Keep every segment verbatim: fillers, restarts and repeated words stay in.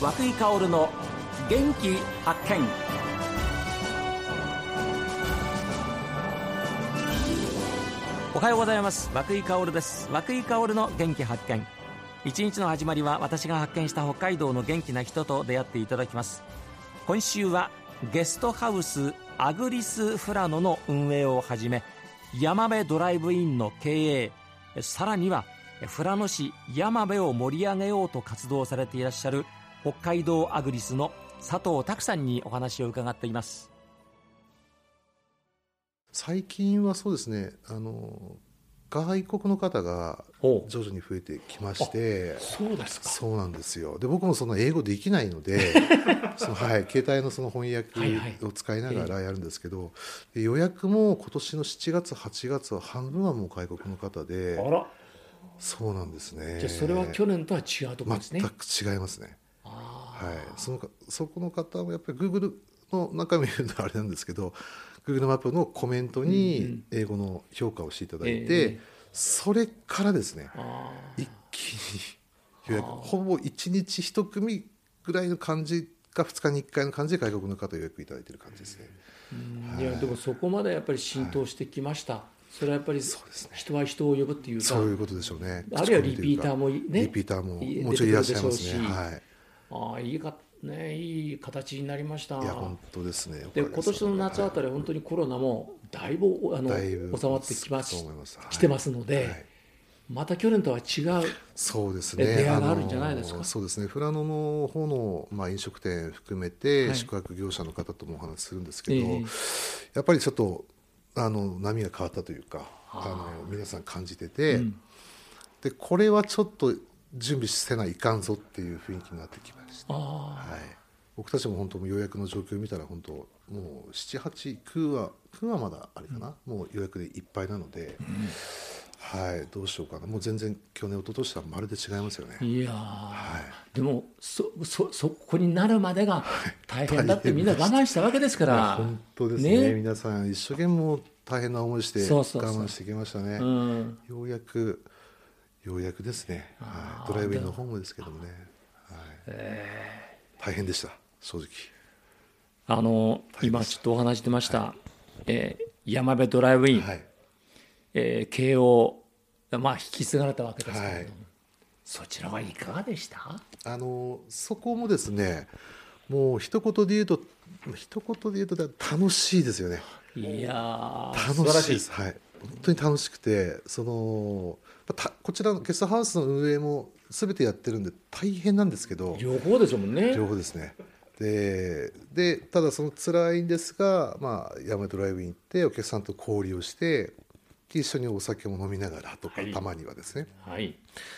涌井薫の元気発見。おはようございます。涌井薫です。涌井薫の元気発見。一日の始まりは私が発見した北海道の元気な人と出会っていただきます。今週はゲストハウスアグリスフラノの運営をはじめ、山辺ドライブインの経営、さらには富良野市山辺を盛り上げようと活動されていらっしゃる北海道アグリスの佐藤拓さんにお話を伺っています。 最近はそうですね、あの外国の方が徐々に増えてきまして。 そうですか。 そうなんですよ。で、僕もその英語できないのでその、はい、携帯のその翻訳を使いながらやるんですけど、はいはい、で予約も今年のしちがつはちがつは半分はもう外国の方で。 あら、 そうなんですね。 じゃあそれは去年とは違うところですね。 全く違いますね。はい、そのそこの方もやっぱり Google の中身見るのはあれなんですけど、 Google マップのコメントに英語の評価をしていただいて、うんうんえー、それからですね、一気に予約、ほぼいちにちいち組ぐらいの感じがふつかにいっかいの感じで外国の方予約いただいている感じですね。 うん、いやでもそこまでやっぱり浸透してきました、はい、それはやっぱり人は人を呼ぶっていうか、 そういうことでしょうね。 あるいはリピーターもね、 リピーターももちろんいらっしゃいますね。はい、 ああ、いいかね、いい形になりました。 いや本当ですね。 で今年の夏あたりは本当にコロナもだいぶあの収まってきます、はい、来てますので、はい、また去年とは違うそうですね、 出会いがあるんじゃないですか。 あのそうですね、富良野の方の、まあ、飲食店含めて、はい、宿泊業者の方ともお話しするんですけど、えー、やっぱりちょっとあの波が変わったというか、あの皆さん感じてて、うん、でこれはちょっと準備せないかんぞっていう雰囲気になってきました。はい、僕たちも本当予約の状況を見たら本当もうなな、はち、きゅうはきゅうはまだあれかな、うん、もう予約でいっぱいなので、うん、はい、どうしようかな。もう全然去年一昨年とはまるで違いますよね。 いや、はい、でも そ, そ, そこになるまでが大変だってみんな我慢したわけですから。 本当です ね, ね皆さん一生懸命大変な思いして我慢してきましたね。そうそうそう、うん、ようやくようやくですね、はい、ドライブインの方もですけどもね、はい、えー、大変でした正直。 あの今ちょっとお話してました、はい、えー、山辺ドライブイン、はい、えー、経営を、まあ、引き継がれたわけですけれども、はい、そちらはいかがでした？ あのそこもですね、もう一言で言うと一言で言うと楽しいですよね。 いや楽しいです、はい、本当に楽しくて、そのこちらのゲストハウスの運営も全てやってるんで大変なんですけど、 両方ですもんね。 両方ですね。で, でただその辛いんですが、まあ、山ドライブイン行ってお客さんと交流して一緒にお酒も飲みながらとか、はい、たまにはですね、はい、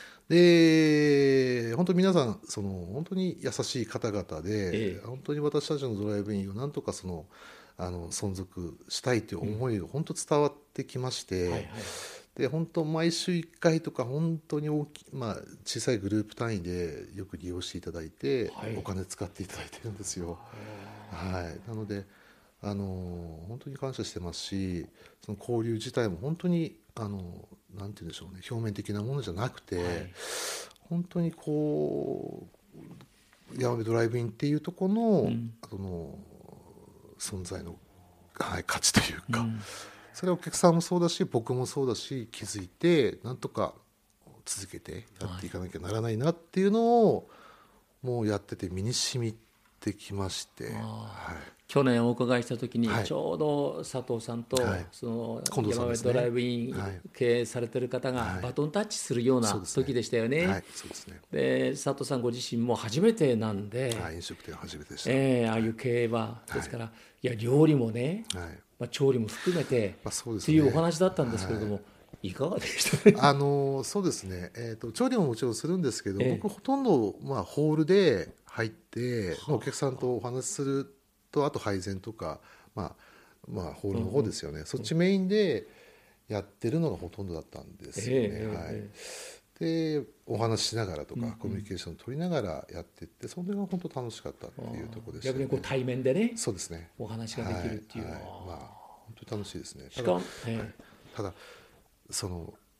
で本当に皆さんその本当に優しい方々で、ええ、本当に私たちのドライブインをなんとかそのあの存続したいという思いが本当伝わってきまして、うん、はいはい、で本当毎週いっかいとか本当に大き、まあ、小さいグループ単位でよく利用していただいて、はい、お金使っていただいてるんですよ。はい、なのであの本当に感謝してますし、その交流自体も本当にあのなんて言うんでしょうね、表面的なものじゃなくて、はい、本当にこう山辺ドライブインっていうところの、うん、その存在の、はい、価値というか、うん、それはお客さんもそうだし僕もそうだし気づいてなんとか続けてやっていかなきゃならないなっていうのをもうやってて身に染みてきまして、はい、 去年お伺いした時にちょうど佐藤さんとその山辺ドライブイン経営されてる方がバトンタッチするような時でしたよね。で佐藤さんご自身も初めてなんで、 はい、飲食店初めてでした、 えー、ああいう経営はですから、はい、いや料理もね、はい、まあ、調理も含めて、まあそうですね、っていうお話だったんですけれども、はい、いかがでしたね。 あのそうですね、えーと、調理ももちろんするんですけど、えー、僕ほとんど、まあ、ホールで入って、まあ、お客さんとお話しするとあと配膳とか、まあまあ、ホールの方ですよね、うんうん、そっちメインでやってるのがほとんどだったんですよね、えーはい、でお話ししながらとか、うんうん、コミュニケーションを取りながらやっていって、それが本当楽しかったっていうところでしたね。 逆にこう対面でね、 そうですね、 お話ができるっていうのは、 はいはい、まあ、本当に楽しいですね。 しかも、えー、 ただその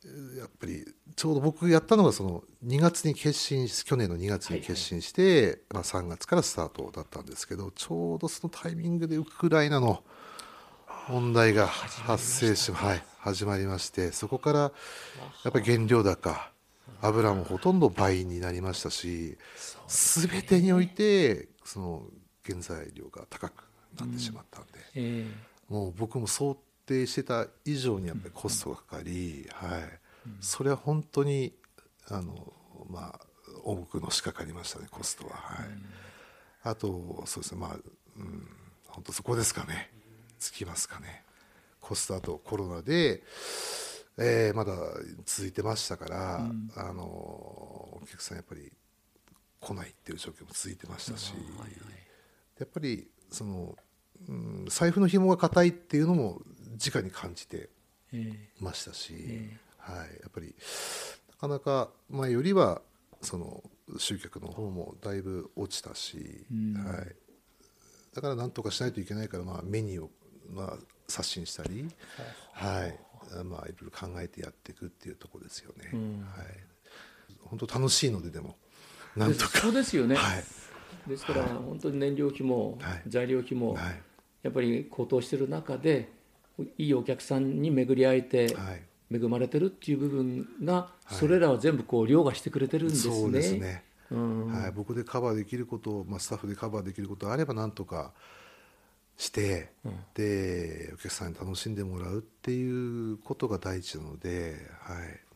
やっぱりちょうど僕やったのがそのにがつに決心し去年のにがつに決心して、はいはい、まあ、さんがつからスタートだったんですけど、ちょうどそのタイミングでウクライナの問題が発生し、はい、始まりまして、そこからやっぱり原料高、油もほとんど倍になりましたし、全てにおいてその原材料が高くなってしまったんで、うんえー、もう僕も想定してた以上にやっぱりコストがかかり、うんはい、それは本当にあの、まあ、重くのしかかりましたね、コストは、はい、うん、あとそうですね、まあ、うん、本当そこですかね、つきますかね、コスト、あとコロナで、えー、まだ続いてましたから、うん、あのお客さんやっぱり来ないっていう状況も続いてましたし、うんはいはい、やっぱりその、うん、財布の紐が固いっていうのも直に感じてましたし、えーはい、やっぱりなかなか前よりはその集客の方もだいぶ落ちたし、うんはい、だからなんとかしないといけないから、まあ、メニューを、まあ、刷新したり、はいまあ、いろいろ考えてやっていくっていうところですよね、うんはい、本当楽しいので、でもなんとかそうですよね、はい、ですから本当に燃料費も材料費もやっぱり高騰している中でいいお客さんに巡り合えて恵まれてるっていう部分がそれらは全部こう凌駕してくれてるんですね。 そうですね、うんはい、僕でカバーできることを、まあ、スタッフでカバーできることがあればなんとかして、うん、でお客さんに楽しんでもらうっていうことが第一なので、はい、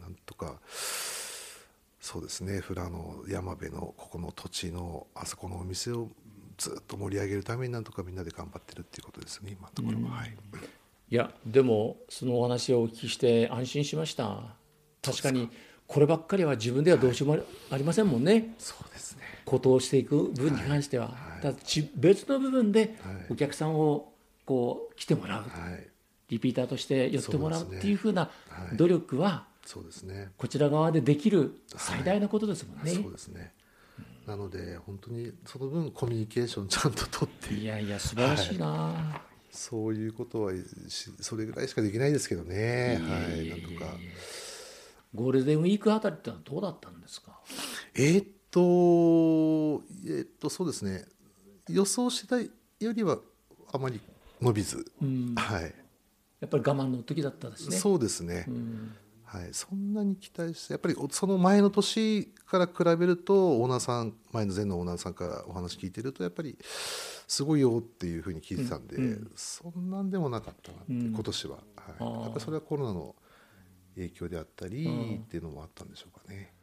なんとかそうですね、富良野山辺のここの土地のあそこのお店をずっと盛り上げるためになんとかみんなで頑張ってるっていうことですね、今のところは、うんはい、 いやでもそのお話をお聞きして安心しました。確かにこればっかりは自分ではどうしようもありませんもんね、はい、 そうですね、 高騰していく部分に関しては、はいはい、ただ別の部分でお客さんをこう来てもらう、はい、リピーターとして寄ってもらうっていうふうな努力はそうですね、 こちら側でできる最大のことですもんね、 はい、そうですね、なので本当にその分コミュニケーションちゃんと取っていやいや素晴らしいな、はい、 そういうことはそれぐらいしかできないですけどね、はい、なんとかゴールデンウィークあたりってのはどうだったんですか。 えー、っとえー、っとそうですね、予想してたよりはあまり伸びず、うんはい、 やっぱり我慢の時だったですね。 そうですね、うんはい、そんなに期待してやっぱりその前の年から比べるとオーナーさん前の前のオーナーさんからお話聞いてるとやっぱりすごいよっていうふうに聞いてたんで、うんうん、そんなんでもなかったなって、うん、今年は、はい、やっぱりそれはコロナの影響であったりっていうのもあったんでしょうかね。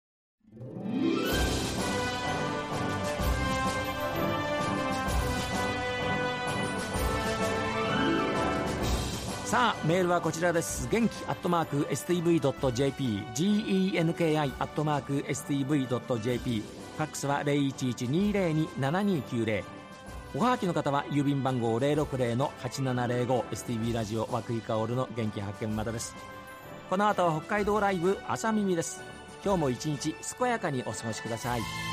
さあメールはこちらです。元気アットマーク エスティーブイドットジェーピー ゲンキアットマーク エスティーブイドットジェーピー ファックスは ゼロいちいちにゼロにななにきゅうゼロ、おはがきの方は郵便番号 ゼロろくゼロのはちななゼロご エスティービー ラジオ和久井薫の元気発見までです。この後は北海道ライブ朝耳です。今日も一日健やかにお過ごしください。